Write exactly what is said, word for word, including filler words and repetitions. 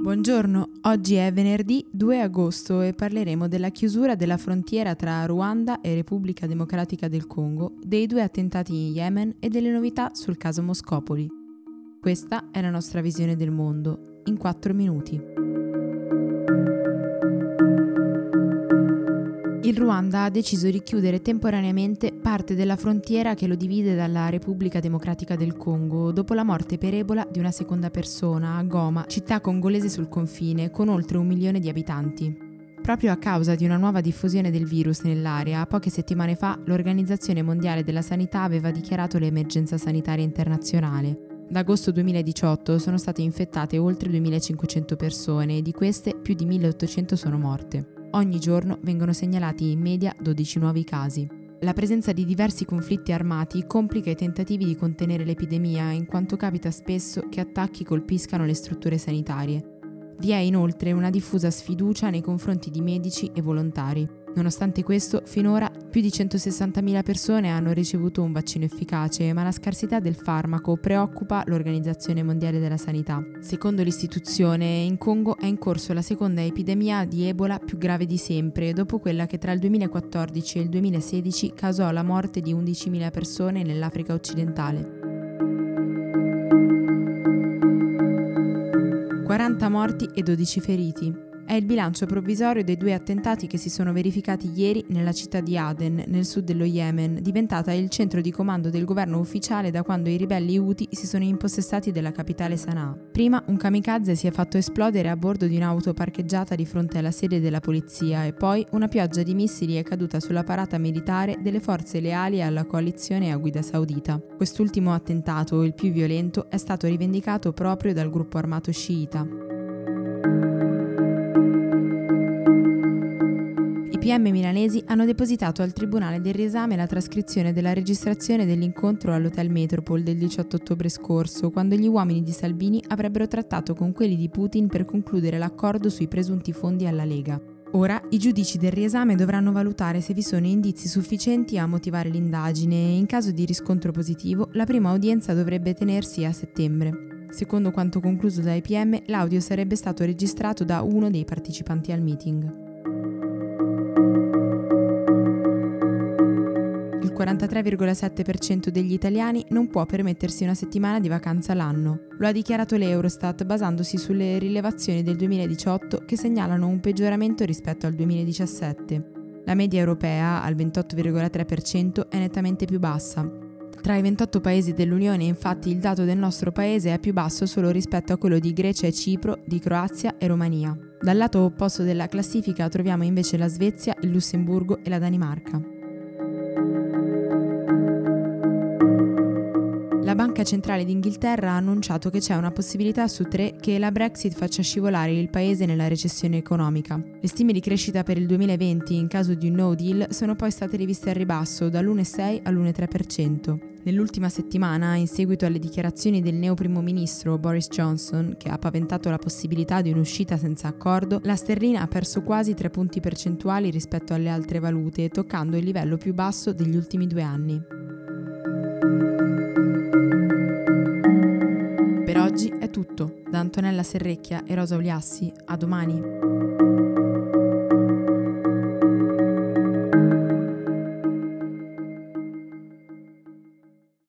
Buongiorno, oggi è venerdì due agosto e parleremo della chiusura della frontiera tra Ruanda e Repubblica Democratica del Congo, dei due attentati in Yemen e delle novità sul caso Moscopoli. Questa è la nostra visione del mondo, in quattro minuti. Il Ruanda ha deciso di chiudere temporaneamente parte della frontiera che lo divide dalla Repubblica Democratica del Congo dopo la morte per Ebola di una seconda persona a Goma, città congolese sul confine, con oltre un milione di abitanti. Proprio a causa di una nuova diffusione del virus nell'area, poche settimane fa l'Organizzazione Mondiale della Sanità aveva dichiarato l'emergenza sanitaria internazionale. Da agosto duemiladiciotto sono state infettate oltre duemilacinquecento persone e di queste più di milleottocento sono morte. Ogni giorno vengono segnalati in media dodici nuovi casi. La presenza di diversi conflitti armati complica i tentativi di contenere l'epidemia, in quanto capita spesso che attacchi colpiscano le strutture sanitarie. Vi è inoltre una diffusa sfiducia nei confronti di medici e volontari. Nonostante questo, finora più di centosessantamila persone hanno ricevuto un vaccino efficace, ma la scarsità del farmaco preoccupa l'Organizzazione Mondiale della Sanità. Secondo l'istituzione, in Congo è in corso la seconda epidemia di Ebola più grave di sempre, dopo quella che tra il duemilaquattordici e il duemilasedici causò la morte di undicimila persone nell'Africa occidentale. quaranta morti e dodici feriti. È il bilancio provvisorio dei due attentati che si sono verificati ieri nella città di Aden, nel sud dello Yemen, diventata il centro di comando del governo ufficiale da quando i ribelli Houthi si sono impossessati della capitale Sana'a. Prima un kamikaze si è fatto esplodere a bordo di un'auto parcheggiata di fronte alla sede della polizia e poi una pioggia di missili è caduta sulla parata militare delle forze leali alla coalizione a guida saudita. Quest'ultimo attentato, il più violento, è stato rivendicato proprio dal gruppo armato sciita. I P M milanesi hanno depositato al Tribunale del riesame la trascrizione della registrazione dell'incontro all'Hotel Metropol del diciotto ottobre scorso, quando gli uomini di Salvini avrebbero trattato con quelli di Putin per concludere l'accordo sui presunti fondi alla Lega. Ora i giudici del riesame dovranno valutare se vi sono indizi sufficienti a motivare l'indagine e in caso di riscontro positivo la prima udienza dovrebbe tenersi a settembre. Secondo quanto concluso dai P M, l'audio sarebbe stato registrato da uno dei partecipanti al meeting. Il quarantatré virgola sette per cento degli italiani non può permettersi una settimana di vacanza l'anno. Lo ha dichiarato l'Eurostat basandosi sulle rilevazioni del duemiladiciotto che segnalano un peggioramento rispetto al duemiladiciassette. La media europea, al ventotto virgola tre per cento, è nettamente più bassa. Tra i ventotto paesi dell'Unione, infatti, il dato del nostro paese è più basso solo rispetto a quello di Grecia e Cipro, di Croazia e Romania. Dal lato opposto della classifica troviamo invece la Svezia, il Lussemburgo e la Danimarca. La Banca Centrale d'Inghilterra ha annunciato che c'è una possibilità su tre che la Brexit faccia scivolare il paese nella recessione economica. Le stime di crescita per il duemilaventi in caso di un no deal sono poi state riviste al ribasso dall'uno virgola sei all'uno virgola tre per cento. Nell'ultima settimana, in seguito alle dichiarazioni del neo primo ministro Boris Johnson, che ha paventato la possibilità di un'uscita senza accordo, la sterlina ha perso quasi tre punti percentuali rispetto alle altre valute, toccando il livello più basso degli ultimi due anni. Per oggi è tutto. Da Antonella Serrecchia e Rosa Uliassi, a domani.